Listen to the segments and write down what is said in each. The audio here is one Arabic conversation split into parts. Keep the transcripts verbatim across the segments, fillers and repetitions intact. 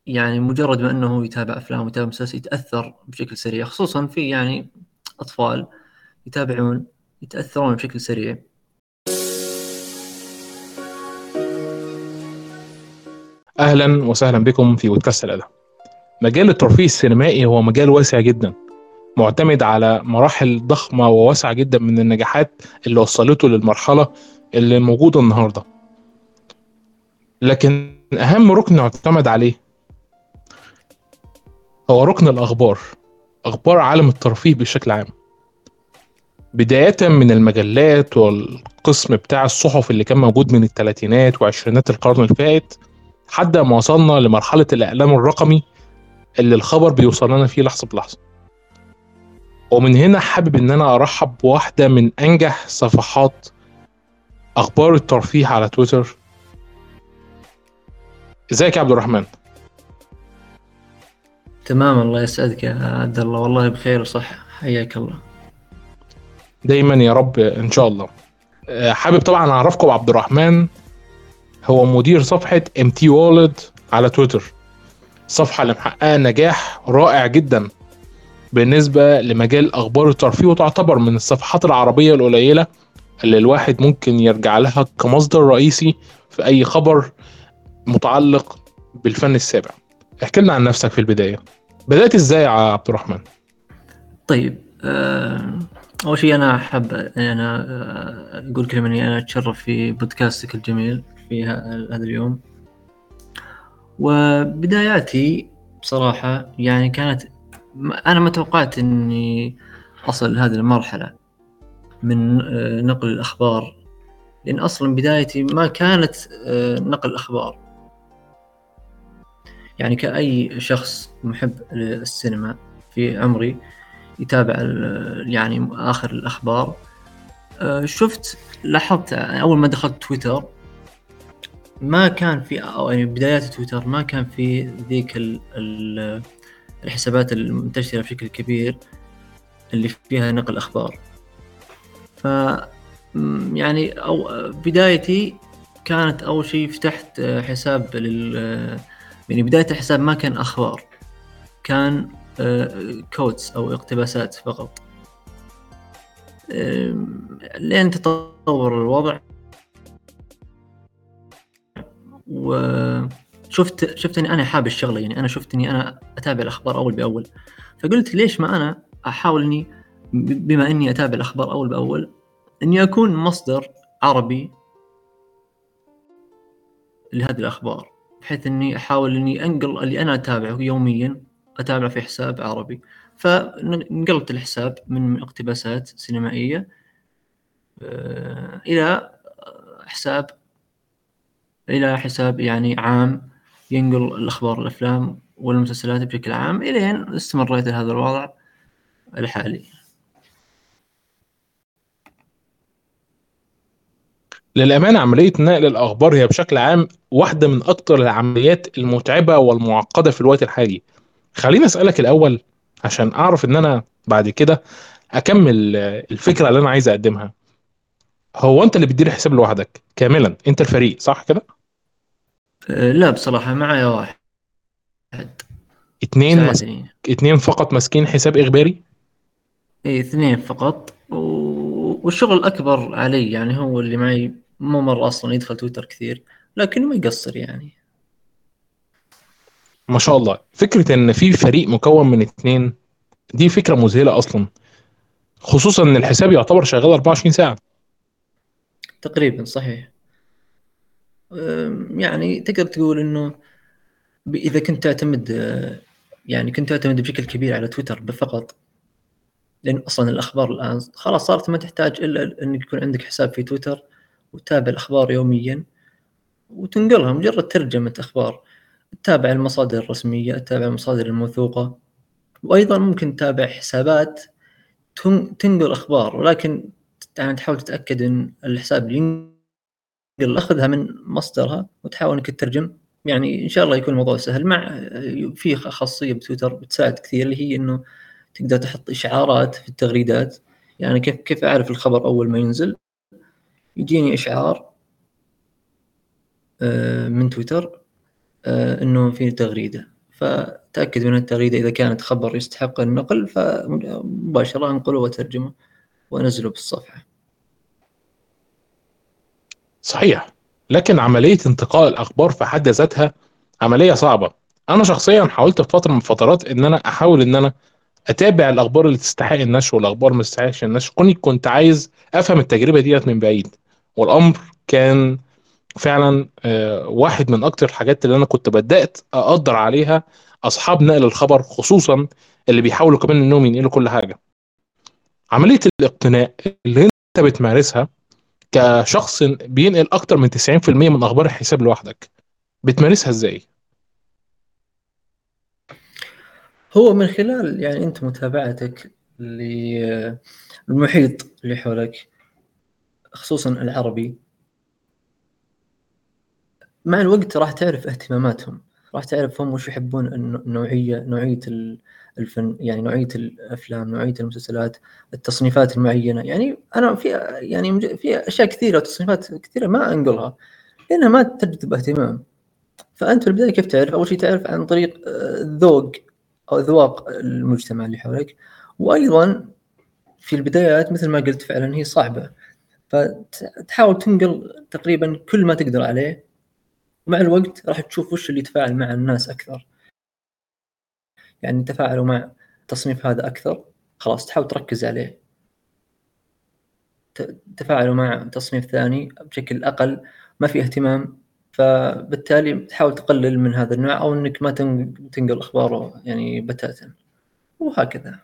يعني مجرد ما أنه يتابع أفلام ويتابع مسلسل يتأثر بشكل سريع، خصوصا في يعني أطفال يتابعون يتأثرون بشكل سريع. أهلا وسهلا بكم في بودكاست الأدب. مجال الترفيه السينمائي هو مجال واسع جدا، معتمد على مراحل ضخمة وواسعة جدا من النجاحات اللي وصلته للمرحلة اللي موجودة النهاردة. لكن أهم ركن يعتمد عليه هو ركن الأخبار، أخبار عالم الترفيه بشكل عام، بداية من المجلات والقسم بتاع الصحف اللي كان موجود من الثلاثينات وعشرينات القرن الفائت، حتى ما وصلنا لمرحلة الإعلام الرقمي اللي الخبر بيوصل لنا فيه لحظة بلحظة. ومن هنا حابب ان انا ارحب بواحدة من انجح صفحات اخبار الترفيه على تويتر. ازيك يا عبد الرحمن؟ تمام، الله يسعدك يا عبد الله، والله بخير وصح، حياك الله. دايما يا رب ان شاء الله. أه، حابب طبعا اعرفكم عبد الرحمن، هو مدير صفحة ام تي وولد على تويتر، صفحة اللي محققة نجاح رائع جدا بالنسبة لمجال اخبار الترفيه، وتعتبر من الصفحات العربية القليلة اللي الواحد ممكن يرجع لها كمصدر رئيسي في اي خبر متعلق بالفن السابع. احكي لنا عن نفسك في البداية، بدأت ازاي يا عبد الرحمن؟ طيب، آه، أول شيء أنا أحب أنا آه، أقول كلمة إني أنا أتشرف في بودكاستك الجميل في ه- هذا اليوم. وبداياتي بصراحة يعني كانت، أنا ما توقعت إني أصل لهذه المرحلة من آه، نقل الأخبار، لأن أصلا بدايتي ما كانت آه، نقل أخبار. يعني كأي شخص محب للسينما في عمري يتابع ال- يعني آخر الأخبار، آه، شفت لاحظت أول ما دخلت تويتر ما كان في، أو يعني بدايات تويتر ما كان في ذيك ال ال الحسابات المنتشرة بشكل كبير اللي فيها نقل أخبار. ف م- يعني أو بدايتي كانت أول شيء فتحت آه، حساب لل آه، يعني بداية الحساب ما كان أخبار، كان كوتس أو اقتباسات فقط. آم، لين تطور الوضع وشفت شفت اني انا حاب الشغله، يعني انا شفت اني انا اتابع الاخبار اول باول، فقلت ليش ما انا احاول اني بما اني اتابع الاخبار اول باول اني اكون مصدر عربي لهذه الاخبار، بحيث اني احاول اني انقل اللي انا اتابعه يوميا اتابعه في حساب عربي. فنقلت الحساب من اقتباسات سينمائيه آه، الى حساب إلى حساب يعني عام ينقل الأخبار الأفلام والمسلسلات بشكل عام، إلين استمريت هذا الوضع الحالي. للأمانة عملية نقل الأخبار هي بشكل عام واحدة من أكتر العمليات المتعبة والمعقدة في الوقت الحالي. خليني أسألك الأول عشان أعرف إن أنا بعد كده أكمل آه، الفكرة اللي أنا عايز أقدمها. هو أنت اللي بتدير الحساب لوحدك كاملا؟ أنت الفريق صح كده؟ أه، لا بصراحة معي واحد اتنين مس... ساعدني. اتنين فقط ماسكين حساب إخباري؟ إيه، اثنين فقط و... والشغل الأكبر علي، يعني هو اللي معي مو مرة أصلا يدخل تويتر كثير، لكنه ما يقصر يعني. ما شاء الله، فكرة إن في فريق مكون من اتنين دي فكرة مذهلة أصلا، خصوصا إن الحساب يعتبر شغال أربعة وعشرين ساعة. تقريبا صحيح. أم، يعني تقدر تقول إنه ب- إذا كنت تعتمد أه، يعني كنت تعتمد بشكل كبير على تويتر فقط، لأن أصلا الأخبار الآن خلاص صارت ما تحتاج إلا أنك يكون عندك حساب في تويتر وتتابع الأخبار يوميا وتنقلها، مجرد ترجمة أخبار، تتابع المصادر الرسمية، تتابع المصادر الموثوقة، وأيضا ممكن تتابع حسابات تن- تنقل أخبار، ولكن يعني تحاول تتأكد أن الحساب اللي ينقل أخذها من مصدرها وتحاول أنك تترجم. يعني إن شاء الله يكون الموضوع سهل. مع في خاصية بتويتر بتساعد كثير، اللي هي أنه تقدر تحط إشعارات في التغريدات. يعني كيف كيف أعرف الخبر أول ما ينزل؟ يجيني إشعار آه، من تويتر آه، إنه في تغريدة، فتأكد من التغريدة إذا كانت خبر يستحق النقل فمباشرة انقله وترجمه ونزله بالصفحة. صحيح، لكن عملية انتقاء الأخبار في حد ذاتها عملية صعبة. أنا شخصيا حاولت في فترة من الفترات إن أنا أحاول إن أنا أتابع الأخبار اللي تستحق النشر والأخبار ما تستحقش النشر، كوني كنت عايز أفهم التجربة ديت من بعيد. والأمر كان فعلا آه، واحد من أكتر الحاجات اللي أنا كنت بدأت أقدر عليها أصحاب نقل الخبر، خصوصا اللي بيحاولوا كمان إنهم ينقلوا كل حاجة. عملية الاقتناء اللي أنت بتمارسها كشخص بينقل اكتر من تسعين في المية من اخبار الحساب لوحدك، بتمارسها ازاي؟ هو من خلال يعني أنت متابعتك للمحيط اللي حولك خصوصا العربي. مع الوقت راح تعرف اهتماماتهم، راح تعرف هم وش يحبون، النوعية نوعية الفن، يعني نوعية الأفلام، نوعية المسلسلات، التصنيفات المعينة. يعني أنا في يعني في أشياء كثيرة وتصنيفات كثيرة ما أنقلها لأنها ما تجذب اهتمام. فأنت في البداية كيف تعرف؟ أول شيء تعرف عن طريق الذوق أو أذواق المجتمع اللي حولك. وأيضا في البدايات مثل ما قلت فعلا هي صعبة، فتحاول تنقل تقريبا كل ما تقدر عليه. ومع الوقت راح تشوف وش اللي يتفاعل مع الناس أكثر، يعني تفاعلوا مع التصنيف هذا أكثر خلاص تحاول تركز عليه. تفاعلوا مع تصنيف ثاني بشكل أقل ما في اهتمام، فبالتالي تحاول تقلل من هذا النوع أو أنك ما تنقل أخباره يعني بتاتا، وهكذا.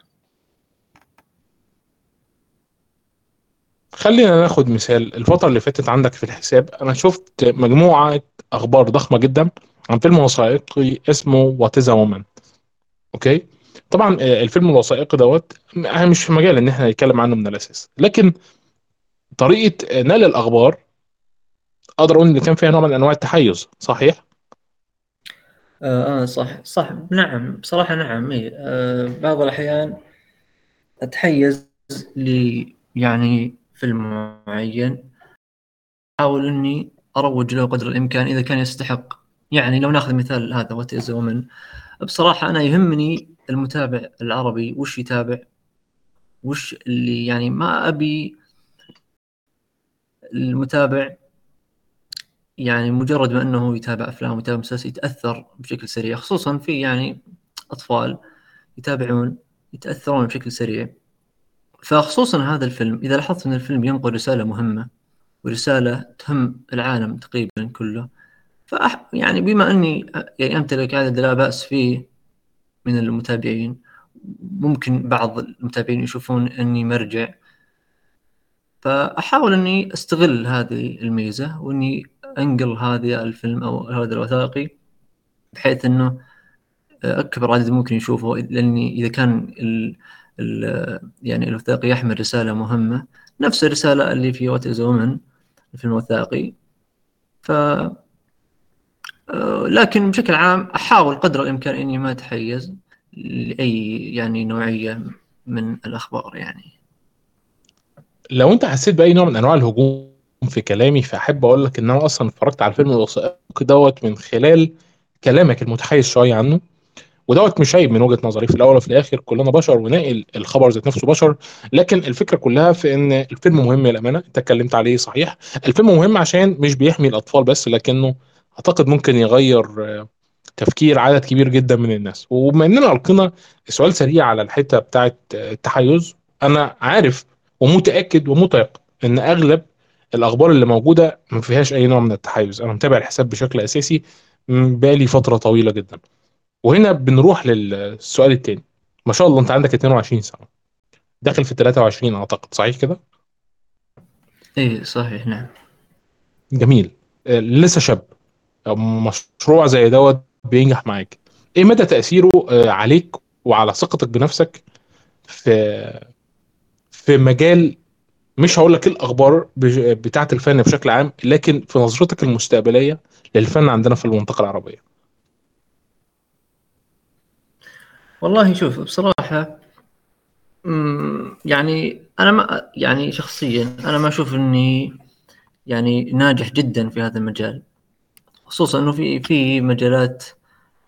خلينا ناخد مثال. الفترة اللي فاتت عندك في الحساب انا شفت مجموعة اخبار ضخمة جدا عن فيلم وثائقي اسمه وات از وومن. اوكي، طبعا آه، الفيلم الوثائقي دوت م- مش في مجال ان احنا نتكلم عنه من الاساس، لكن طريقة آه، نقل الاخبار اقدر اقول ان كان فيها نوع من انواع التحيز. صحيح؟ آه, آه صح صح نعم بصراحة نعم. إيه آه بعض الأحيان أتحيز لي يعني فيلم معين، أحاول إني أروج له قدر الإمكان إذا كان يستحق. يعني لو ناخذ مثال هذا وات إز وومن، بصراحة أنا يهمني المتابع العربي وش يتابع، وش اللي يعني ما أبي المتابع يعني مجرد ما أنه يتابع أفلام ويتابع مسلسل يتأثر بشكل سريع، خصوصا في يعني أطفال يتابعون يتأثرون بشكل سريع. فخصوصا هذا الفيلم إذا لاحظت أن الفيلم ينقل رسالة مهمة ورسالة تهم العالم تقريبا كله، فأح يعني بما أني يعني أمتلك عدد لا بأس فيه من المتابعين، ممكن بعض المتابعين يشوفون أني مرجع، فأحاول أني أستغل هذه الميزة وأني أنقل هذا الفيلم أو هذا الوثائقي بحيث أنه أكبر عدد ممكن يشوفه. لأني إذا كان ال ال يعني الوثائقي يحمل رسالة مهمة نفس الرسالة اللي في وات إز وومن الفيلم الوثائقي، ف لكن بشكل عام أحاول قدر الإمكان إني ما أتحيز لأي يعني نوعية من الأخبار يعني. لو انت حسيت باي نوع من انواع الهجوم في كلامي فاحب اقول لك ان انا اصلا اتفرجت على الفيلم الوثائقي دوت من خلال كلامك المتحيز شويه عنه. ودوت مش عيب من وجهة نظري، في الاول وفي الاخر كلنا بشر وناقل الخبر ذات نفسه بشر. لكن الفكره كلها في ان الفيلم مهم للامانه، انت اتكلمت عليه صحيح. الفيلم مهم عشان مش بيحمي الاطفال بس، لكنه اعتقد ممكن يغير تفكير عدد كبير جدا من الناس. وبما اننا القينا سؤال سريع على الحته بتاعت التحيز، انا عارف ومتاكد ومتيقن ان اغلب الاخبار اللي موجوده ما فيهاش اي نوع من التحيز. انا متابع الحساب بشكل اساسي م- بقالي فتره طويله جدا. وهنا بنروح للسؤال التاني. ما شاء الله انت عندك اتنين وعشرين سنه، داخل في تلاتة وعشرين اعتقد، صحيح كده؟ إيه صحيح نعم. جميل. آه، لسه شاب، مشروع زي دوت بينجح معاك، ايه مدى تأثيره آه، عليك وعلى ثقتك بنفسك في في مجال، مش هقول لك الاخبار بج- بتاعه الفن بشكل عام، لكن في نظرتك المستقبلية للفن عندنا في المنطقة العربية؟ والله شوف بصراحة مم، يعني أنا ما يعني شخصيا أنا ما أشوف إني يعني ناجح جدا في هذا المجال، خصوصا إنه في في مجالات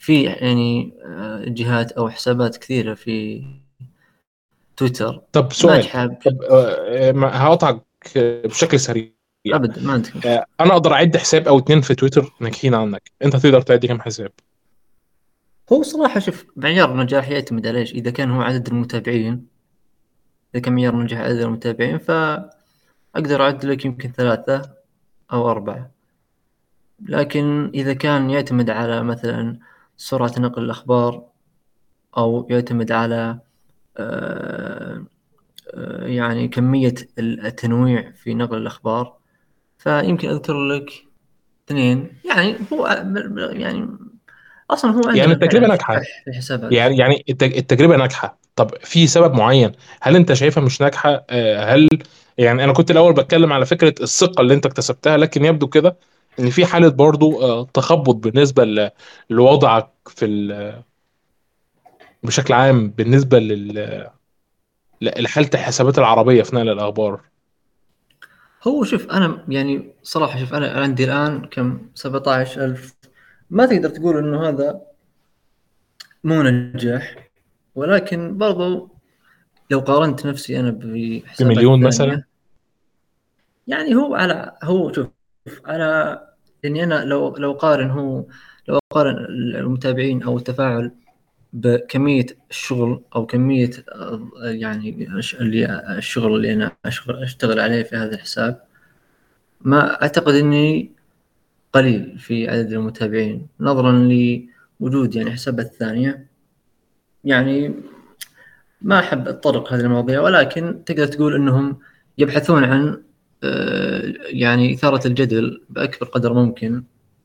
في يعني آه، جهات أو حسابات كثيرة في تويتر طب سؤال، ناجحة. طب آه، ما- هقطعك بشكل سريع. أبدا ما عندك مشكلة. آه، انا اقدر اعد حساب او اتنين في تويتر ناجحين عنك، انت تقدر تعد كام حساب؟ هو صراحة شوف، معيار النجاح يعتمد على إيش. إذا كان هو عدد المتابعين، إذا كان معيار النجاح عدد المتابعين، فأقدر أعد لك يمكن ثلاثة أو أربعة. لكن إذا كان يعتمد على مثلا سرعة نقل الأخبار، أو يعتمد على آه، آه، يعني كمية التنويع في نقل الأخبار، فيمكن أذكر لك اثنين. يعني هو يعني أصلا هو يعني عندنا التجربه فعلا ناجحه، شح في الحسابات. يعني يعني التج- التجربه ناجحه. طب في سبب معين؟ هل انت شايفها مش ناجحه؟ آه، هل يعني انا كنت الاول بتكلم على فكره الثقه اللي انت اكتسبتها، لكن يبدو كده ان في حاله برضو آه، تخبط بالنسبه ل- لوضعك في ال- بشكل عام بالنسبه لل- ل- لحاله الحسابات العربيه في نقل الاخبار. هو شوف، أنا يعني صراحة شوف، أنا عندي الآن كم سبعة عشر ألف. ما تقدر تقول إنه هذا مو نجاح، ولكن برضو لو قارنت نفسي أنا بحسابات بمليون مثلا؟ ثانية، يعني هو على هو شوف، على يعني أنا لو لو قارن هو لو أقارن المتابعين أو التفاعل بكمية الشغل أو كمية آه، يعني الش- اللي الشغل اللي أنا أشغل أشتغل عليه في هذا الحساب، ما أعتقد إني قليل في عدد المتابعين نظرا لوجود يعني حسابات ثانية. يعني ما أحب أتطرق هذه المواضيع، ولكن تقدر تقول أنهم يبحثون عن آه، يعني إثارة الجدل بأكبر قدر ممكن،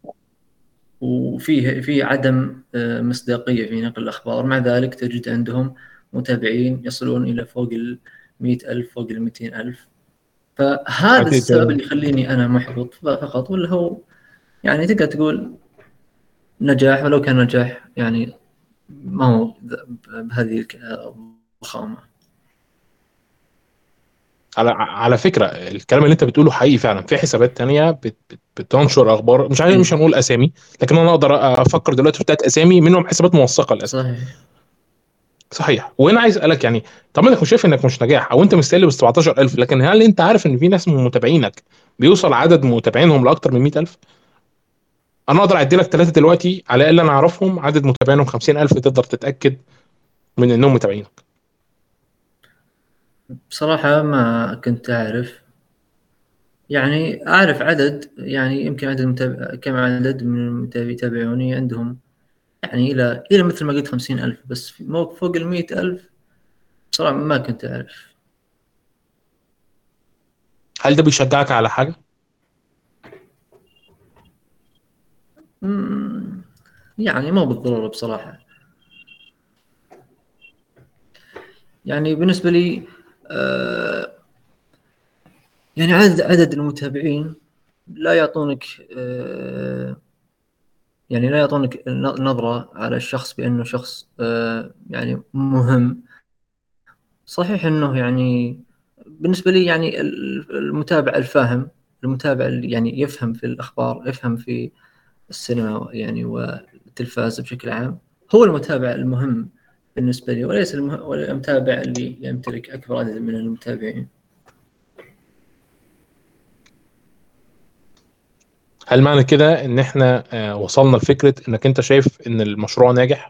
وفيه في عدم آه، مصداقية في نقل الأخبار. مع ذلك تجد عندهم متابعين يصلون إلى فوق المئة ألف، فوق المئتين ألف. فهذا السبب اللي يخليني أنا محبط فقط، ولا هو يعني تقدر تقول نجاح، ولو كان نجاح يعني ما هو بهذه الضخامة. على على فكرة الكلام اللي انت بتقوله حقيقي فعلا. في حسابات تانية بت بت بتنشر اخبار، مش عارف، إيه مش هنقول اسامي، لكن انا اقدر افكر دلوقتي في ثلاث اسامي منهم حسابات موثقة للاسف. صحيح. صحيح. وانا عايز اسالك يعني، طب انت مش شايف انك مش نجاح او انت مستقل ب سبعتاشر ألف، لكن هل انت عارف ان في ناس من متابعينك بيوصل عدد متابعينهم لاكتر من مئة ألف؟ انا اقدر اعدي لك ثلاثة دلوقتي على الاقل انا اعرفهم عدد متابعينهم خمسين ألف، تقدر تتاكد من انهم متابعينك. بصراحة ما كنت أعرف. يعني أعرف عدد، يعني يمكن عدد متابع، كم عدد من المتابعين يتابعوني عندهم يعني إلى إلى مثل ما قلت خمسين ألف، بس في- مو فوق المئة ألف. بصراحة ما كنت أعرف. هل ده بيشجعك على حاجة؟ مم، يعني مو بالضرورة بصراحة. يعني بالنسبة لي آه يعني عدد عدد المتابعين لا يعطونك آه يعني لا يعطونك ن- نظرة على الشخص بأنه شخص آه يعني مهم. صحيح أنه يعني بالنسبة لي يعني ال- المتابع الفاهم، المتابع اللي يعني يفهم في الأخبار، يفهم في السينما يعني والتلفاز بشكل عام، هو المتابع المهم بالنسبة لي، وليس المه... ولا المتابع اللي يمتلك أكبر عدد من المتابعين. هل معنى كده ان احنا آه، وصلنا لفكرة انك انت شايف ان المشروع ناجح؟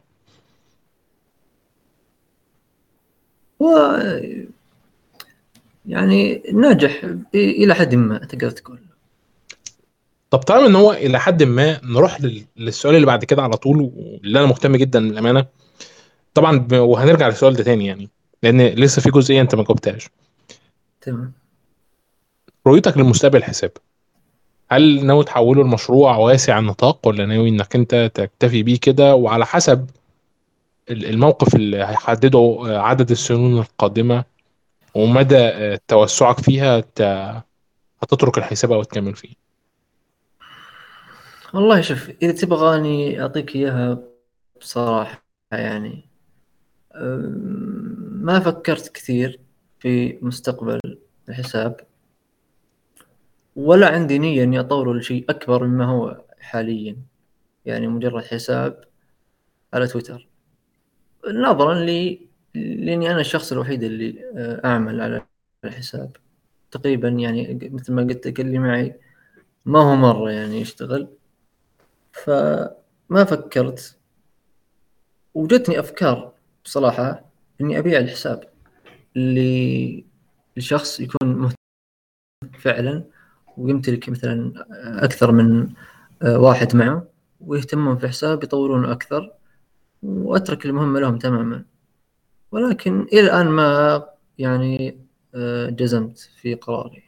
و يعني ناجح إلى حد ما تقدر تقول. طب طالما ان هو الى حد ما، نروح لل- للسؤال اللي بعد كده على طول، واللي انا مهتم جدا للامانه طبعا ب- وهنرجع للسؤال ده تاني يعني، لان لسه في جزئيه انت ما جاوبتهاش. تمام. رؤيتك للمستقبل الحساب، هل ناوي تحوله لمشروع واسع النطاق، ولا ناوي انك انت تكتفي بيه كده وعلى حسب ال- الموقف اللي هيحدده آه، عدد السنين القادمه ومدى آه، توسعك فيها ت- هتترك الحساب او تكمل فيه؟ والله شوف، إذا تبغاني أعطيك إياها بصراحة، يعني أم، ما فكرت كثير في مستقبل الحساب، ولا عندي نية إني أطوره لشيء أكبر مما هو حاليا. يعني مجرد حساب على تويتر، نظرا لي لاني انا الشخص الوحيد اللي اعمل على الحساب تقريبا. يعني مثل ما قلت لك اللي معي ما هو مرة يعني يشتغل، فما فكرت. وجتني افكار بصراحة اني ابيع الحساب اللي لشخص يكون مهتم فعلا ويمتلك مثلا اكثر من واحد معه ويهتمون في حساب يطورون اكثر، واترك المهمة لهم تماما. ولكن الى الان ما يعني جزمت في قراري.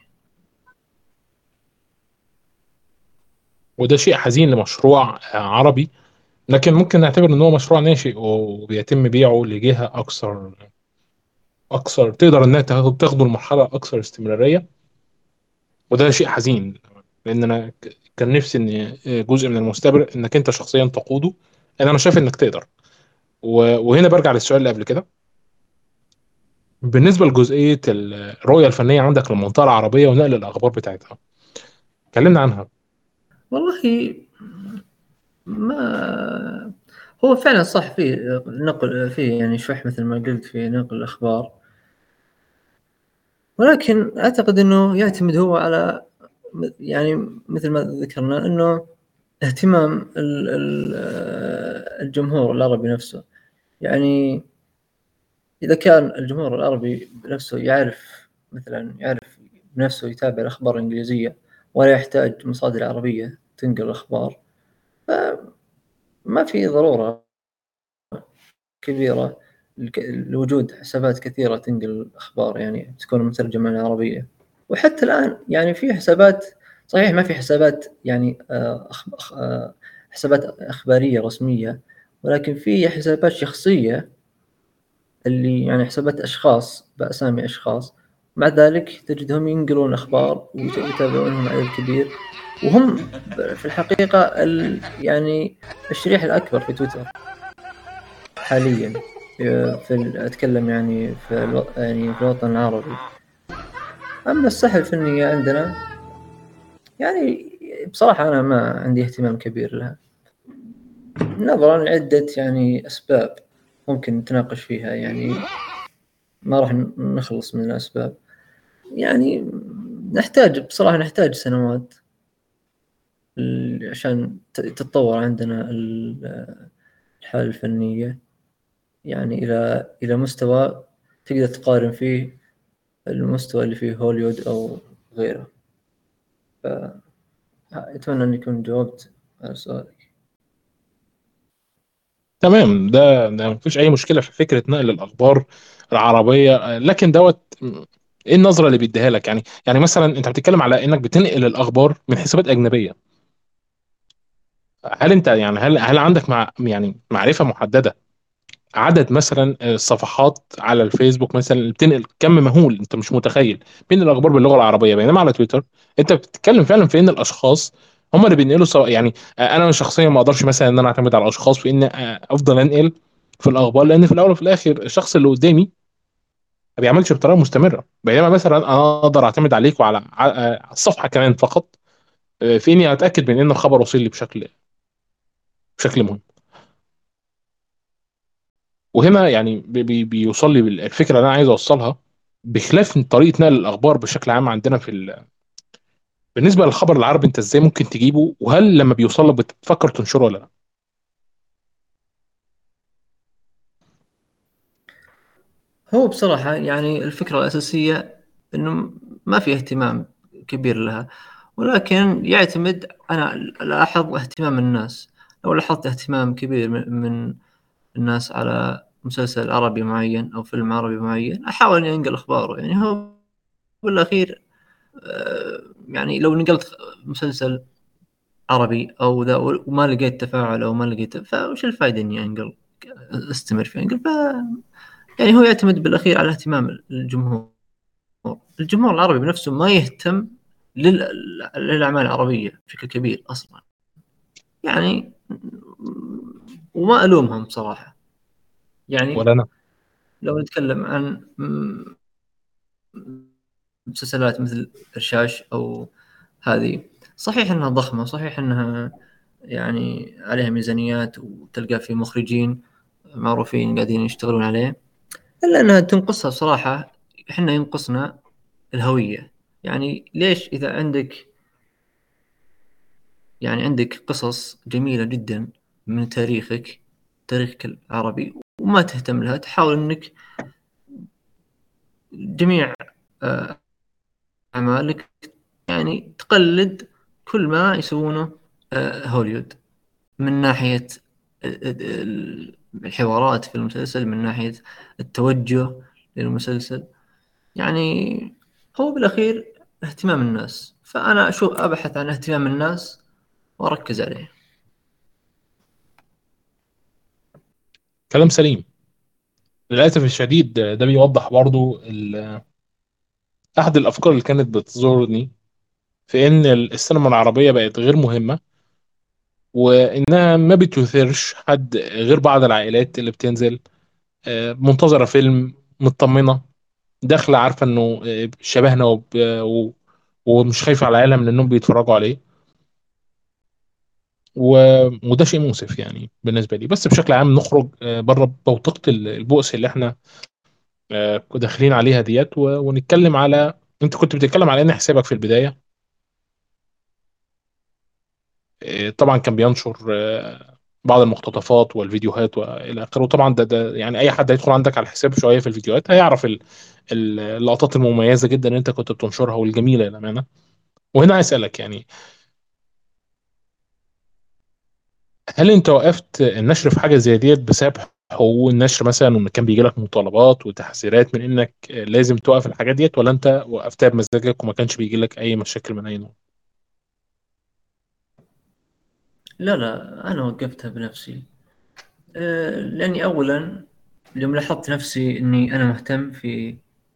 وده شيء حزين لمشروع عربي، لكن ممكن نعتبر ان هو مشروع ناشئ وبيتم بيعه لجهة اكثر اكثر تقدر انها تاخد- تاخده لمرحلة اكثر استمرارية. وده شيء حزين، لان انا ك- كان نفسي ان جزء من المستقبل انك انت شخصيا تقوده. انا انا شايف انك تقدر. و- وهنا برجع للسؤال اللي قبل كده، بالنسبة لجزئية الرؤية الفنية عندك للمنطقة العربية ونقل الأخبار بتاعتها، كلمنا عنها. والله ما هو فعلا صح فيه نقل، فيه يعني شح مثل ما قلت في نقل الأخبار، ولكن أعتقد أنه يعتمد هو على يعني مثل ما ذكرنا أنه اهتمام ال- ال- الجمهور العربي نفسه. يعني إذا كان الجمهور العربي نفسه يعرف مثلا يعرف بنفسه يتابع الأخبار الإنجليزية ولا يحتاج مصادر عربية تنقل الأخبار، فما في ضرورة كبيرة لك- لوجود حسابات كثيرة تنقل الأخبار يعني تكون مترجمة للعربية. وحتى الآن يعني في حسابات، صحيح ما في حسابات يعني آه، أخ... أخ... آه، حسابات أخبارية رسمية، ولكن في حسابات شخصية اللي يعني حسابات أشخاص بأسامي أشخاص، مع ذلك تجدهم ينقلون أخبار ويتابعونهم عدد كبير. وهم في الحقيقة ال... يعني الشريحة الأكبر في تويتر حاليا، في ال- أتكلم يعني في الو... يعني في الوطن العربي. أما الساحة الفنية عندنا يعني بصراحة أنا ما عندي اهتمام كبير لها، نظرا لعدة يعني أسباب ممكن نتناقش فيها، يعني ما راح نخلص من الأسباب. يعني نحتاج بصراحة نحتاج سنوات ال- عشان ت- تتطور عندنا ال- الحالة الفنية يعني إلى إلى مستوى تقدر تقارن فيه المستوى اللي فيه هوليوود أو غيره. فأتمنى أن يكون جاوبت على سؤالك. تمام. ده ده مفيش أي مشكلة في فكرة نقل الأخبار العربية، لكن دوت إيه النظرة اللي بيديها لك؟ يعني يعني مثلا أنت بتتكلم على إنك بتنقل الأخبار من حسابات أجنبية. هل أنت يعني هل هل عندك مع يعني معرفة محددة عدد مثلا الصفحات على الفيسبوك مثلا اللي بتنقل كم مهول انت مش متخيل بين الاخبار باللغه العربيه، بينما على تويتر انت بتتكلم فعلا في ان الاشخاص هم اللي بينقلوا سواء يعني انا شخصيا ما اقدرش مثلا ان انا اعتمد على الاشخاص في ان افضل انقل في الاخبار، لان في الاول وفي الاخر الشخص اللي قدامي ما بيعملش بطريقه مستمره، بينما مثلا انا اقدر اعتمد عليك وعلى على الصفحه كمان فقط في اني اتاكد من ان الخبر وصل لي بشكل بشكل مهم. وهنا يعني بي بي بيوصل لي الفكره اللي انا عايز اوصلها، بخلاف طريقه نقل الاخبار بشكل عام عندنا في ال... بالنسبه للخبر العربي انت ازاي ممكن تجيبه؟ وهل لما بيوصل لك بتفكر تنشره ولا لا؟ هو بصراحة يعني الفكرة الأساسية أنه ما في اهتمام كبير لها، ولكن يعتمد. أنا ألاحظ اهتمام الناس، لو لاحظت اهتمام كبير من من الناس على مسلسل عربي معين أو فيلم عربي معين أحاول أني أنقل أخباره. يعني هو بالأخير آه، يعني لو نقلت مسلسل عربي أو ذا وما لقيت تفاعل أو ما لقيت، فوش الفائدة إني أنقل استمر في أنقل؟ ف يعني هو يعتمد بالأخير على اهتمام الجمهور. الجمهور العربي بنفسه ما يهتم لل- للأعمال العربية بشكل كبير أصلا، يعني وما ألومهم بصراحة. ولا يعني انا. لو نتكلم عن مسلسلات مثل الشاش أو هذه، صحيح أنها ضخمة، صحيح أنها يعني عليها ميزانيات وتلقى في مخرجين معروفين قاعدين يشتغلون عليه، إلا أنها تنقصها صراحة. إحنا ينقصنا الهوية. يعني ليش إذا عندك يعني عندك قصص جميلة جدا من تاريخك، تاريخك العربي، وما تهتم لها، تحاول أنك جميع آه، أعمالك يعني تقلد كل ما يسوونه آه، هوليوود، من ناحية ال- الحوارات في المسلسل، من ناحية التوجه للمسلسل. يعني هو بالأخير اهتمام الناس، فأنا أشوف أبحث عن اهتمام الناس وأركز عليه. كلام سليم. للاسف الشديد ده بيوضح برضو ال- احد الافكار اللي كانت بتزورني في ان السينما العربيه بقت غير مهمه، وانها ما بتثيرش حد غير بعض العائلات اللي بتنزل آه، منتظره فيلم، مطمنه، داخله عارفه انه آه، شبهنا وب- و- ومش خايفه على العالم لانهم بيتفرجوا عليه. و- وده شيء مؤسف يعني بالنسبه لي. بس بشكل عام نخرج آه، بره بوتقه ال- البؤس اللي احنا آه، داخلين عليها ديت، و- ونتكلم على، انت كنت بتتكلم على ان حسابك في البدايه آه، طبعا كان بينشر آه، بعض المقتطفات والفيديوهات والى اخره. طبعا ده ده يعني اي حد هيدخل عندك على الحساب شويه في الفيديوهات هيعرف ال- ال- اللقطات المميزه جدا اللي انت كنت بتنشرها والجميله للامانه. وهنا عايز اسالك يعني، هل انت وقفت النشر في حاجه زي ديت بسبب حقوق النشر مثلا، وان كان بيجي لك مطالبات وتحذيرات من انك لازم توقف الحاجات ديت، ولا انت وقفتها بمزاجك وما كانش بيجي لك اي مشاكل من اي نوع؟ لا لا، أنا وقفتها بنفسي. أه لأني أولا اليوم لاحظت نفسي أني أنا مهتم في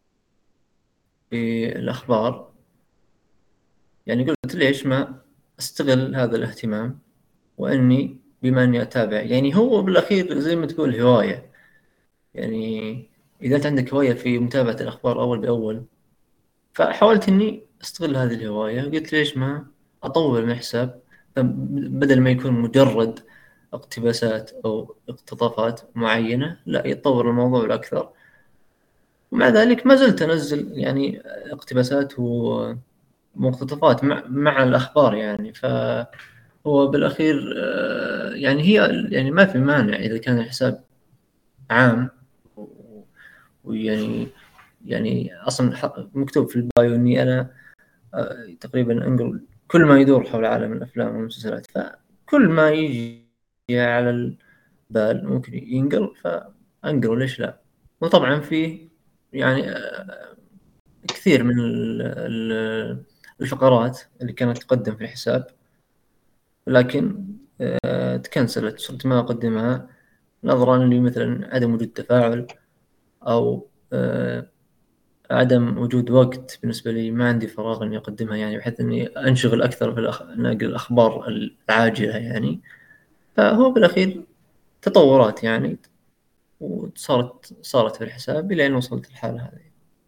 في الأخبار، يعني قلت ليش ما أستغل هذا الاهتمام، وأني بما أني أتابع، يعني هو بالأخير زي ما تقول هواية. يعني إذا أنت عندك هواية في متابعة الأخبار أول بأول، فحاولت إني أستغل هذه الهواية، قلت ليش ما أطور من الحساب، بدل ما يكون مجرد اقتباسات أو اقتطافات معينة، لا يتطور الموضوع الأكثر. ومع ذلك ما زلت أنزل يعني اقتباسات ومقتطفات مع, مع الأخبار. يعني فهو بالأخير آه، يعني هي يعني ما في مانع إذا كان الحساب عام، و- ويعني يعني أصلا ح- مكتوب في البايو إني أنا آه، تقريبا أنقل كل ما يدور حول عالم الأفلام والمسلسلات، فكل ما يجي على البال ممكن ينقل فأنقله، ليش لا. وطبعا في يعني آه، كثير من ال- ال- الفقرات اللي كانت تقدم في الحساب، لكن آه، تكنسلت، صرت ما أقدمها نظرا لمثلا عدم وجود تفاعل، أو آه، عدم وجود وقت بالنسبة لي، ما عندي فراغ إني أقدمها، يعني بحيث إني أنشغل أكثر في الأخ... نقل الأخبار العاجلة يعني. فهو بالأخير تطورات يعني، وصارت صارت في الحساب إلى أن وصلت الحالة هذه.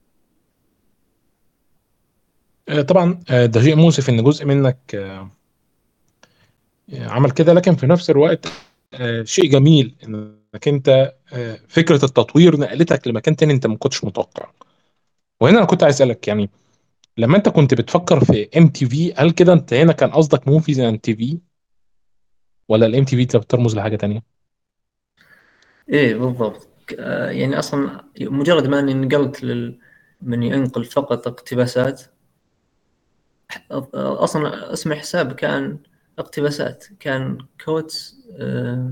آه، طبعا آه، ده شيء مؤسف ان جزء منك آه، عمل كده، لكن في نفس الوقت آه، شيء جميل انك انت آه، فكره التطوير نقلتك لمكان تاني انت ما كنتش متوقع. وهنا انا كنت عايز اسالك يعني، لما انت كنت بتفكر في ام تي في، هل كده انت هنا كان قصدك موفيز اند تي في، ولا الام تي في انت بترمز لحاجه تانية؟ إيه بالضبط. ك- آه، يعني أصلا مجرد ما أني نقلت لل... مني أنقل فقط اقتباسات، آه، أصلا اسم الحساب كان اقتباسات، كان كوتس آه،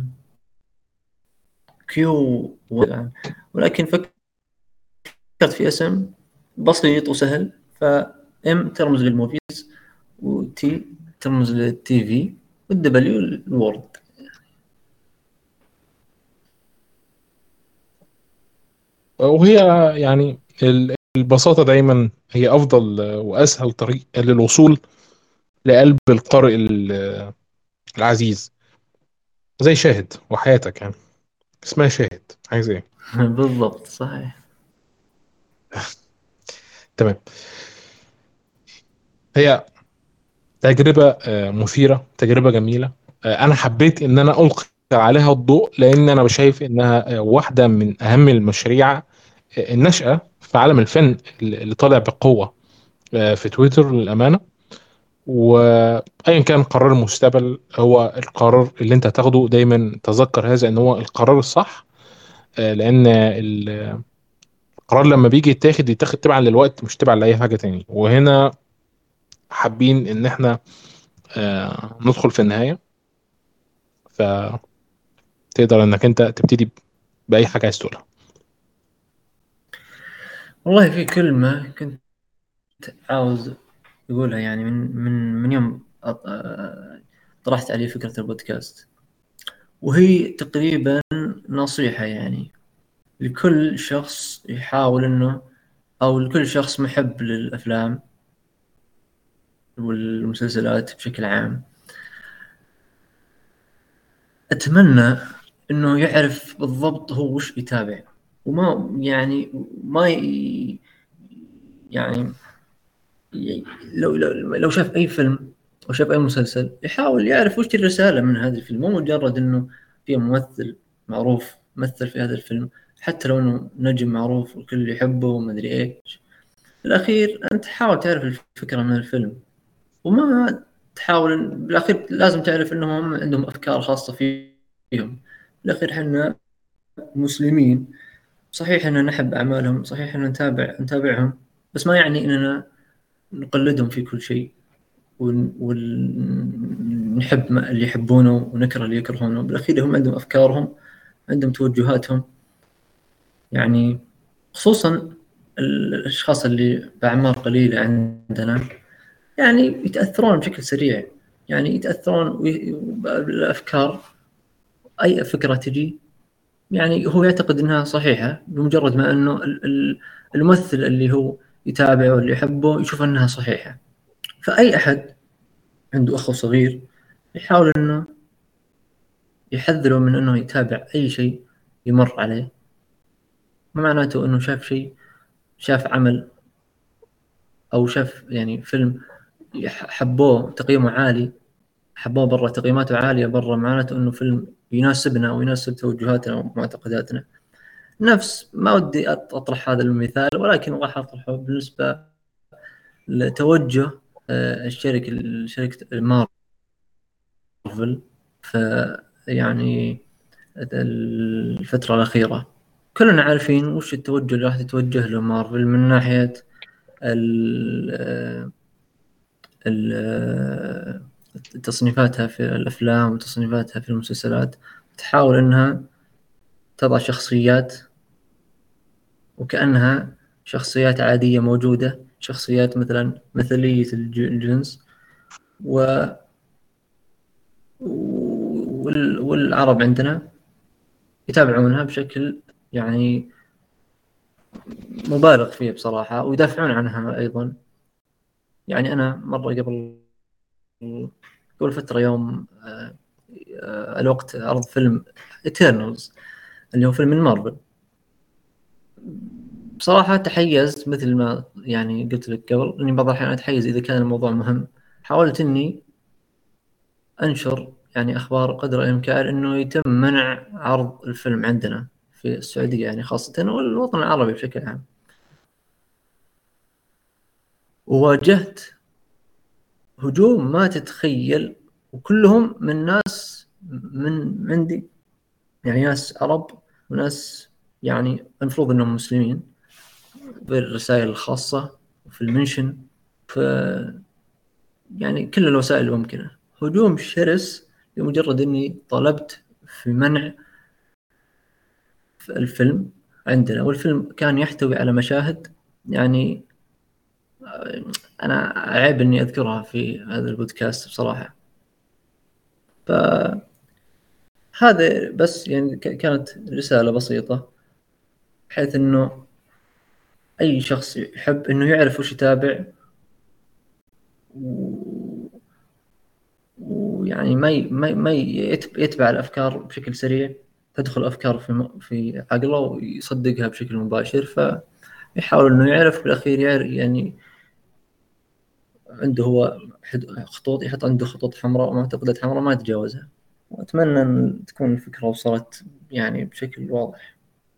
كيو و... ولكن فكرت في اسم بسيط وسهل، فإم ترمز للموفيز، وتي ترمز للتي في، والدبليو الوورد. وهي يعني ال- البساطه دايما هي افضل آه، واسهل طريق للوصول لقلب القارئ ال- العزيز. زي شاهد وحياتك يعني، اسمها شاهد، عايز ايه؟ بالضبط صحيح. تمام. هي تجربة آه، مثيرة، تجربة جميلة. آه، انا حبيت ان انا القي عليها الضوء، لان انا شايف انها آه، واحده من اهم المشاريع آه، الناشئه في عالم الفن اللي طالع بقوه آه، في تويتر للامانه. وايا كان قرار المستقبل، هو القرار اللي انت هتاخده دايما تذكر هذا ان هو القرار الصح. آه، لان ال- القرار لما بيجي يتاخد يتاخد تبعا للوقت، مش تبعا لاي حاجه تاني. وهنا حابين ان احنا آه، ندخل في النهايه. فتقدر انك انت تبتدي باي حاجه عايز تقولها. والله في كلمة كنت عاوز أقولها، يعني من من من يوم أط- آه، طرحت عليه فكرة البودكاست، وهي تقريبا نصيحة يعني لكل شخص يحاول إنه، أو لكل شخص محب للأفلام والمسلسلات بشكل عام. أتمنى إنه يعرف بالضبط هو وش يتابع، وما يعني ما ي... يعني ي- لو لو لو شاف أي فيلم أو شاف أي مسلسل يحاول يعرف وش الرسالة من هذا الفيلم، مو مجرد إنه في ممثل معروف مثل في هذا الفيلم، حتى لو إنه نجم معروف والكل يحبه وما أدري إيش. في الأخير أنت حاول تعرف الفكرة من الفيلم، وما تحاول. بالأخير لازم تعرف إنهم عندهم أفكار خاصة فيهم. بالأخير إحنا مسلمين، صحيح إننا نحب أعمالهم، صحيح إننا نتابع نتابعهم، بس ما يعني إننا نقلدهم في كل شيء، ون- ونحب ما اللي يحبونه ونكره اللي يكرهونه. بالأخير هم عندهم أفكارهم، عندهم توجهاتهم، يعني خصوصا الأشخاص اللي بأعمار قليلة عندنا، يعني يتأثرون بشكل سريع، يعني يتأثرون وي- بالأفكار. أي فكرة تجي يعني هو يعتقد أنها صحيحة بمجرد ما أنه ال- ال- الممثل اللي هو يتابعه واللي يحبه يشوف أنها صحيحة. فأي أحد عنده أخ صغير يحاول أنه يحذره من أنه يتابع أي شيء يمر عليه، ما معناته أنه شاف شيء، شاف عمل أو شاف يعني فيلم يح- حبوه تقييمه عالي، حبوه برا تقييماته عالية برا، معناته أنه فيلم يناسبنا ويناسب توجهاتنا ومعتقداتنا. نفس ما ودي أط- أطرح هذا المثال، ولكن راح أطرحه بالنسبة لتوجه آه، الشركة شركة مارفل في يعني الفترة الأخيرة. كلنا عارفين وش التوجه اللي راح تتوجه له مارفل من ناحية ال- ال- تصنيفاتها في الأفلام وتصنيفاتها في المسلسلات. تحاول أنها تضع شخصيات وكأنها شخصيات عادية موجودة، شخصيات مثلا مثلية الج- الجنس و وال- والعرب عندنا يتابعونها بشكل يعني مبالغ فيه بصراحة، ويدافعون عنها أيضا. يعني أنا مرة قبل قبل فترة يوم آه، آه، الوقت عرض فيلم Eternals اللي هو فيلم من مارفل، بصراحة تحيزت مثل ما يعني قلت لك قبل إني بعض الأحيان أتحيز إذا كان الموضوع مهم. حاولت إني أنشر يعني أخبار قدر الإمكان إنه يتم منع عرض الفيلم عندنا في السعودية يعني خاصة، والوطن العربي بشكل عام. وواجهت هجوم ما تتخيل، وكلهم من ناس من عندي، يعني ناس عرب وناس يعني المفروض انهم مسلمين، بالرسائل الخاصة وفي المنشن، في يعني كل الوسائل الممكنة. هجوم شرس لمجرد اني طلبت في منع الفيلم عندنا، والفيلم كان يحتوي على مشاهد يعني انا عيب اني اذكرها في هذا البودكاست بصراحة. فهذا بس يعني ك- كانت رسالة بسيطة، بحيث انه اي شخص يحب انه يعرف وش يتابع، و- ويعني ما ي- ما ما يت- يتبع الافكار بشكل سريع، تدخل افكار في م- في عقله ويصدقها بشكل مباشر. فيحاول انه يعرف بالاخير يعرف يعني عنده هو خطوط، يحط عنده خطوط حمراء ومعتقدات حمراء ما يتجاوزها. وأتمنى أن تكون الفكرة وصلت يعني بشكل واضح.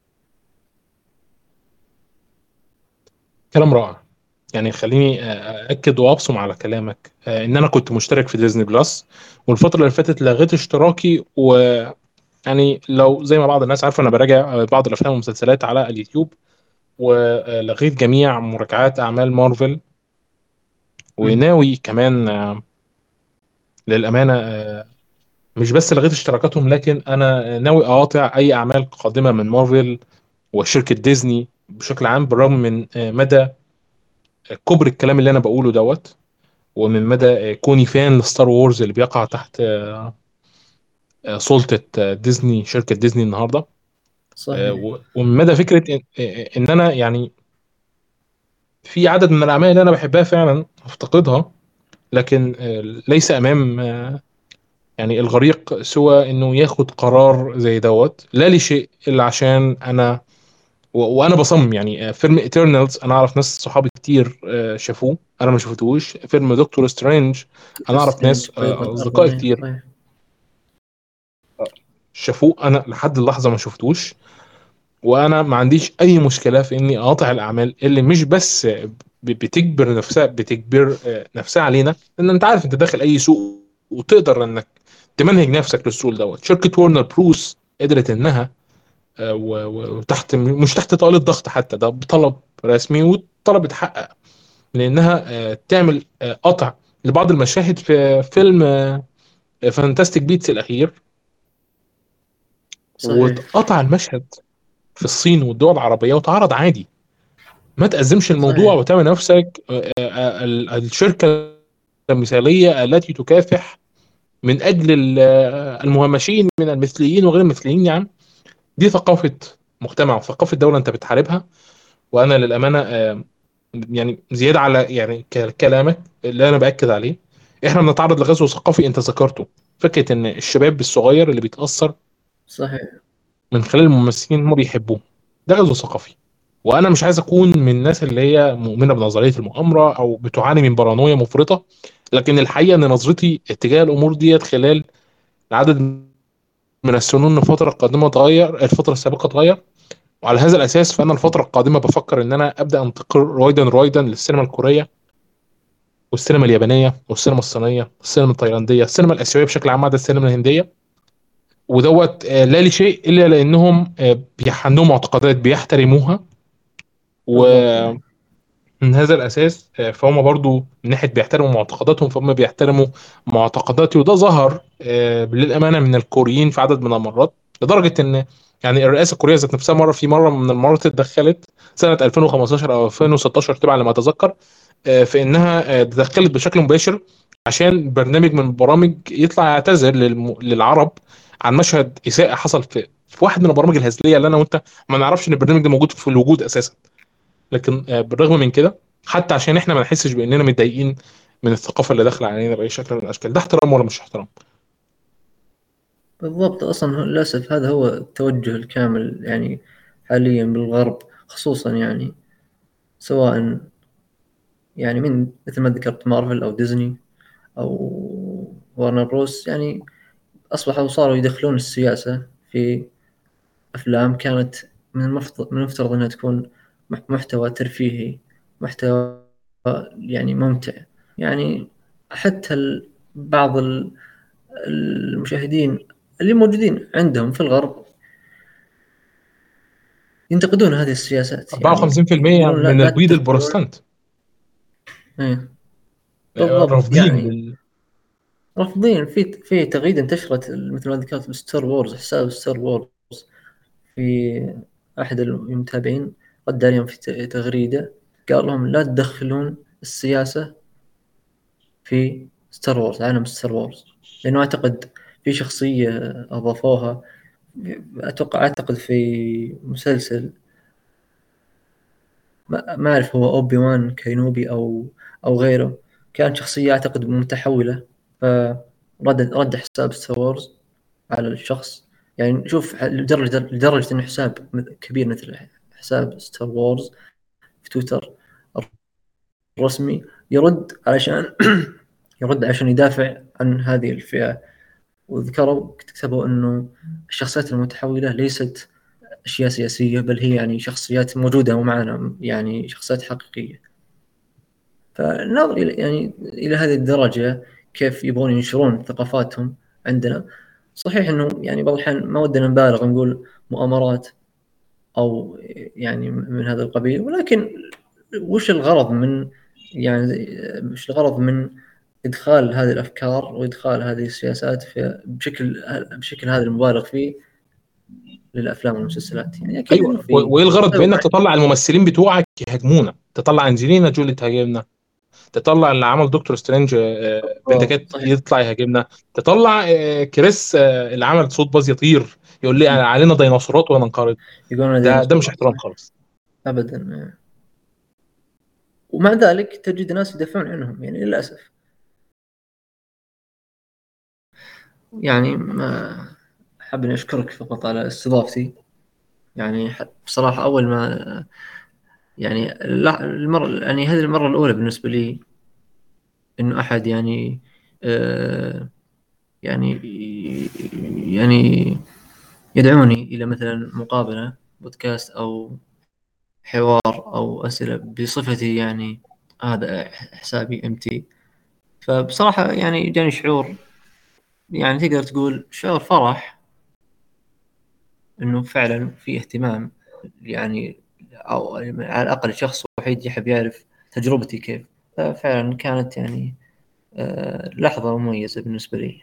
كلام رائع. يعني خليني أأكد وأبصم على كلامك إن أنا كنت مشترك في ديزني بلس، والفترة اللي فاتت لغيت اشتراكي. ويعني لو زي ما بعض الناس عارفة أنا براجع بعض الأفلام والمسلسلات على اليوتيوب، ولغيت جميع مراجعات أعمال مارفل. مم. وناوي كمان للأمانة مش بس لغيت اشتراكاتهم، لكن أنا ناوي أقاطع أي أعمال قادمة من مارفل وشركة ديزني بشكل عام، بالرغم من مدى كبر الكلام اللي أنا بقوله دوت، ومن مدى كوني فان لستار وورز اللي بيقع تحت سلطة ديزني، شركة ديزني النهاردة. صحيح. ومن مدى فكرة إن, إن أنا يعني في عدد من الأعمال اللي أنا بحبها فعلا أفتقدها، لكن ليس أمام يعني الغريق سوى إنه ياخد قرار زي دوت، لا لشيء إلا عشان أنا و... وأنا بصمم. يعني فيلم إيترنالز أنا أعرف ناس صحابي كتير شافوه، أنا ما شفتوش. فيلم دكتور سترينج أنا أعرف سترينج ناس أيضا أصدقائي أربعين كتير صحيح. شافوه، انا لحد اللحظه ما شفتوش. وانا ما عنديش اي مشكله في اني اقاطع الاعمال اللي مش بس ب- بتجبر نفسها بتجبر آه، نفسها علينا، لان انت عارف انت داخل اي سوق وتقدر انك تمنهج نفسك للسوق دوت. شركه وورنر بروس قدرت انها آه، و- و- وتحت مش تحت طاوله ضغط حتى، ده بطلب رسمي والطلب اتحقق، لانها آه، تعمل آه، قطع لبعض المشاهد في فيلم فانتاستيك بيتس الاخير. صحيح. واتقطع المشهد في الصين والدول العربية وتعرض عادي. ما تأزمش الموضوع صحيح. وتعمل نفسك آه، آه، ال- الشركة المثالية التي تكافح من أجل ال- آه، المهمشين من المثليين وغير المثليين. يعني دي ثقافة مجتمع وثقافة دولة أنت بتحاربها. وأنا للأمانة آه، يعني زيادة على يعني ك- كلامك اللي أنا بأكد عليه، إحنا بنتعرض لغزو ثقافي أنت ذكرته. فكرة إن الشباب الصغير اللي بيتأثر صحيح. من خلال الممثلين هم بيحبوه، ده غزو ثقافي. وانا مش عايز اكون من الناس اللي هي مؤمنه بنظريه المؤامره او بتعاني من بارانويا مفرطه، لكن الحقيقه ان نظرتي اتجاه الامور ديت خلال عدد من السنين الفتره القادمه اتغير، الفتره السابقه اتغير. وعلى هذا الاساس فانا الفتره القادمه بفكر ان انا ابدا انتقل رويدا رويدا للسينما الكوريه والسينما اليابانيه والسينما الصينيه والسينما التايلانديه، السينما الاسيويه بشكل عام، عدا السينما الهنديه. ودوت آه، لا لشيء الا لانهم آه، بيح- عندهم معتقدات بيحترموها. بالضبط يعني. ومن هذا الاساس آه، فهم برضو من ناحيه بيحترموا معتقداتهم، فهم بيحترموا معتقداتي. وده ظهر آه، للامانه من الكوريين في عدد من المرات، لدرجه ان يعني الرئاسه الكوريه ذات نفسها مره في مره من المرات اتدخلت سنه ألفين وخمستاشر او ألفين وستاشر تبع لما اتذكر، آه، في انها آه، تدخلت بشكل مباشر عشان برنامج من البرامج يطلع يعتذر للم... للعرب عن مشهد اساءه حصل في في واحد من البرامج الهزليه اللي انا وانت ما نعرفش ان البرنامج ده موجود في الوجود اساسا. لكن آه، بالرغم من كده، حتى عشان احنا ما نحسش باننا متضايقين من الثقافه اللي داخله علينا باي شكل من الاشكال، ده احترام ولا مش احترام؟ بالضبط، أصلا للأسف هذا هو التوجه الكامل يعني حاليا بالغرب خصوصا، يعني سواء يعني من مثل ما ذكرت مارفل أو ديزني أو وارنر بروس، يعني أصبحوا صاروا يدخلون السياسة في أفلام كانت من المفترض من المفترض أنها تكون مح- محتوى ترفيهي، محتوى يعني ممتع. يعني حتى ال- بعض ال- المشاهدين اللي موجودين عندهم في الغرب ينتقدون هذه السياسات، يعني أربعة وخمسين بالمية يقولون لا من لا البيض تدخلون. البروتستانت إيه، آه، بالضبط رافضين يعني لل... رافضين. في في تغريدة انتشرت مثل ما ذكرت بستار وورز، حساب ستار وورز، في أحد المتابعين رد عليهم في ت- تغريدة، قال لهم لا تدخلون السياسة في ستار وورز، عالم ستار وورز، لأنه أعتقد في شخصية أضافوها، أتوقع أعتقد في مسلسل، ما ما أعرف هو أوبي وان كينوبي أو أو غيره، كان شخصية أعتقد متحولة، فرد رد حساب ستار وورز على الشخص. يعني شوف لدرجة لدرجة إنه حساب كبير مثل حساب ستار وورز في تويتر الرسمي يرد علشان يرد عشان يدافع عن هذه الفئة. وذكروا كتبوا أنه الشخصيات المتحولة ليست أشياء سياسية، بل هي يعني شخصيات موجودة ومعنا، يعني شخصيات حقيقية. فالنظر إلى يعني إلى هذه الدرجة كيف يبغون ينشرون ثقافاتهم عندنا. صحيح أنه يعني بعض الأحيان ما ودنا نبالغ نقول مؤامرات أو يعني من هذا القبيل، ولكن وش الغرض من يعني وش الغرض من إدخال هذه الأفكار وإدخال هذه السياسات في بشكل بشكل هذا المبالغ فيه للأفلام والمسلسلات؟ يعني أكيد إنه ايوه، و- في وايه الغرض سبب. بانك تطلع الممثلين بتوعك يهاجمونا؟ تطلع انجلينا جولي تهاجمنا، تطلع اللي عمل دكتور سترينج آه، آه، بنتكات صحيح. يطلع يهاجمنا، تطلع آه، كريس آه، اللي عمل صوت باز يطير يقول لي علينا ديناصورات وننقرض. يقولون ده ده ديناصورات، مش احترام صحيح. خالص. أبدا. ومع ذلك تجد ناس يدافعون عنهم، يعني للأسف. يعني ما حابين أشكرك فقط على استضافتي. يعني ح- بصراحة أول ما يعني لا المرة يعني هذه المرة الأولى بالنسبة لي إنه أحد يعني آه يعني يعني يدعوني إلى مثلا مقابلة بودكاست أو حوار أو أسئلة بصفتي يعني هذا حسابي إم تي. فبصراحة يعني جاني شعور، يعني تقدر تقول شعور فرح إنه فعلا في اهتمام، يعني أو على الأقل شخص وحيد يحب يعرف تجربتي كيف. ففعلا كانت يعني آه، لحظة مميزة بالنسبة لي.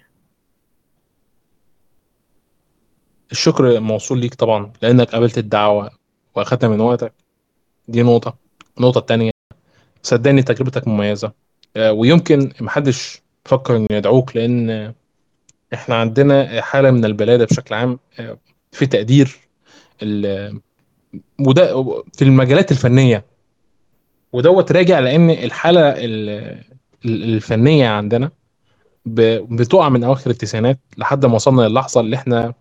الشكر موصول ليك طبعا لانك قابلت الدعوه واخدت من وقتك. دي نقطه. النقطه التانية، صدقني تجربتك مميزه، آه، ويمكن محدش فكر انه يدعوك، لان احنا عندنا حاله من البلاده بشكل عام آه، في تقدير ال- وده في المجالات الفنيه. ودوت راجع لان الحاله ال- ال- الفنيه عندنا ب- بتقع من اواخر التسعينات لحد ما وصلنا للحظه اللي احنا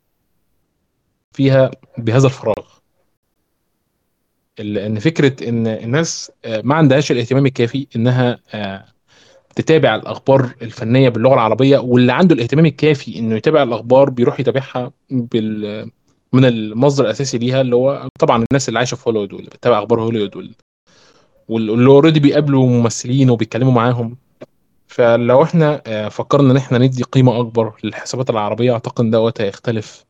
فيها بهذا الفراغ. ال- ان فكره ان الناس آه، ما عندهاش الاهتمام الكافي انها آه، تتابع الاخبار الفنيه باللغه العربيه، واللي عنده الاهتمام الكافي انه يتابع الاخبار بيروح يتابعها بال من المصدر الاساسي ليها، اللي هو طبعا الناس اللي عايشه في هوليوود واللي بتتابع اخبار هوليوود وال- واللي اوريدي بيقابلوا ممثلين وبيتكلموا معاهم. فلو احنا آه، فكرنا ان احنا ندي قيمه اكبر للحسابات العربيه، اعتقد ان دوت هيختلف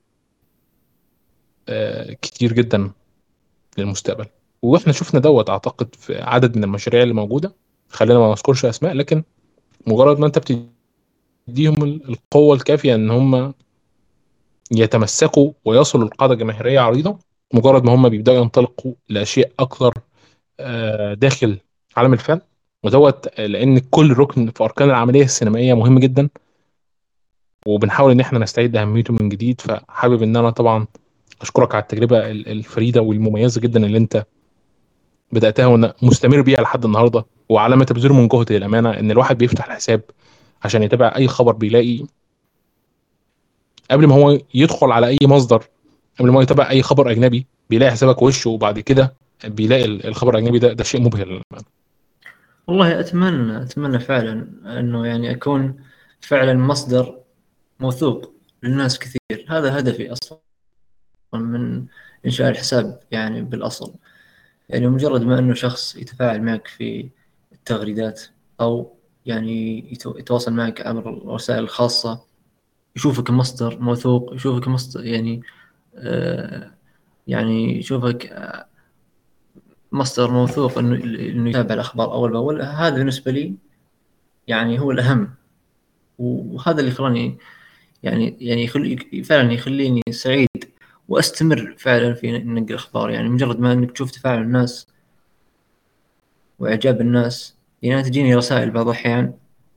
آه، كتير جدا للمستقبل. واحنا شفنا دوت اعتقد في عدد من المشاريع اللي موجوده. خلينا ما نذكرش اسماء، لكن مجرد ما انت بتديهم ال- القوه الكافيه ان هم يتمسكوا ويصلوا لقاعده جماهيريه عريضه، مجرد ما هم بيبداوا ينطلقوا لاشياء اكثر آه، داخل عالم الفن. ودوت لان كل ركن في اركان العمليه السينمائيه مهم جدا، وبنحاول ان احنا نستعيد اهميته من جديد. فحابب ان انا طبعا اشكرك على التجربه ال- الفريده والمميزه جدا اللي انت بداتها وانا مستمر بيها لحد النهارده، وعلى ما تبذله من جهد للامانه ان الواحد بيفتح الحساب عشان يتابع اي خبر بيلاقي قبل ما هو يدخل على اي مصدر، قبل ما هو يتابع اي خبر اجنبي بيلاقي حسابك وشه، وبعد كده بيلاقي ال- الخبر الاجنبي ده ده شيء مبهر للأمانة. والله أتمنى أتمنى فعلا أنه يعني أكون فعلا مصدر موثوق للناس كثير. هذا هدفي أصلا من إنشاء الحساب، يعني بالأصل يعني مجرد ما أنه شخص يتفاعل معك في التغريدات أو يعني يتو- يتواصل معك عبر الرسائل الخاصة، يشوفك مصدر موثوق، يشوفك مصدر يعني آه يعني يشوفك مصدر موثوق إنه إنه يتابع الأخبار أول بأول. هذا بالنسبة لي يعني هو الأهم. وهذا اللي خلاني يعني يعني يخلي فعلا يخليني سعيد واستمر فعلا في نقل الاخبار. يعني مجرد ما انك تشوف تفاعل الناس واعجاب الناس، يعني أنا تجيني رسائل بعض الاحيان،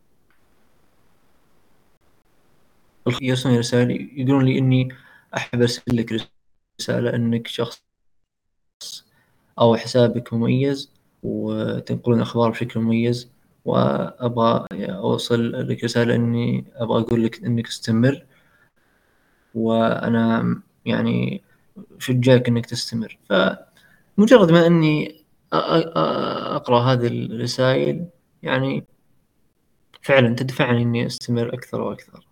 يرسلون رسائل يقولون لي اني احب ارسل لك رساله انك شخص او حسابك مميز وتنقلون اخبار بشكل مميز، وابغى اوصل لك رساله اني ابغى اقول لك انك استمر، وانا يعني شجعك انك تستمر. فمجرد ما اني أ- أ- اقرا هذه الرسائل يعني فعلا تدفعني إني أستمر أكثر وأكثر.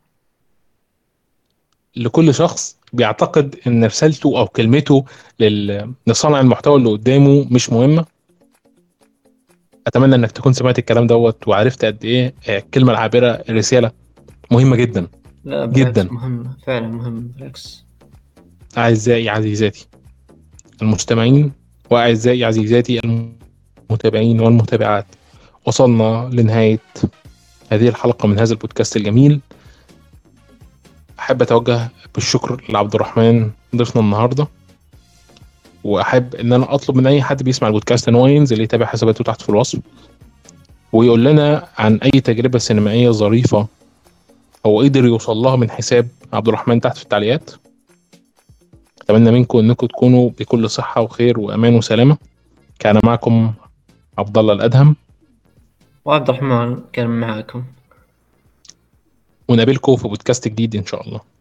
لكل شخص بيعتقد ان رسالته او كلمته لل- لصانع المحتوى اللي قدامه مش مهمه، اتمنى انك تكون سمعت الكلام دوت وعرفت قد ايه آه، الكلمه العابره، الرساله مهمه جدا لا بالعكس، جدا. مهم فعلا، مهم بالعكس. اعزائي عزيزاتي المستمعين، واعزائي عزيزاتي المتابعين والمتابعات، وصلنا لنهايه هذه الحلقه من هذا البودكاست الجميل. احب اتوجه بالشكر لعبد الرحمن ضيفنا النهارده، واحب ان انا اطلب من اي حد بيسمع البودكاست ان هو ينزل يتابع حساباته تحت في الوصف، ويقول لنا عن اي تجربه سينمائيه ظريفه هو قدر يوصل لها من حساب عبد الرحمن تحت في التعليقات. اتمنى منكم انكم تكونوا بكل صحه وخير وامان وسلامه. كان معكم عبد الله الادهم، وعبد الرحمن كان معاكم. ونقابلكم في بودكاست جديد ان شاء الله.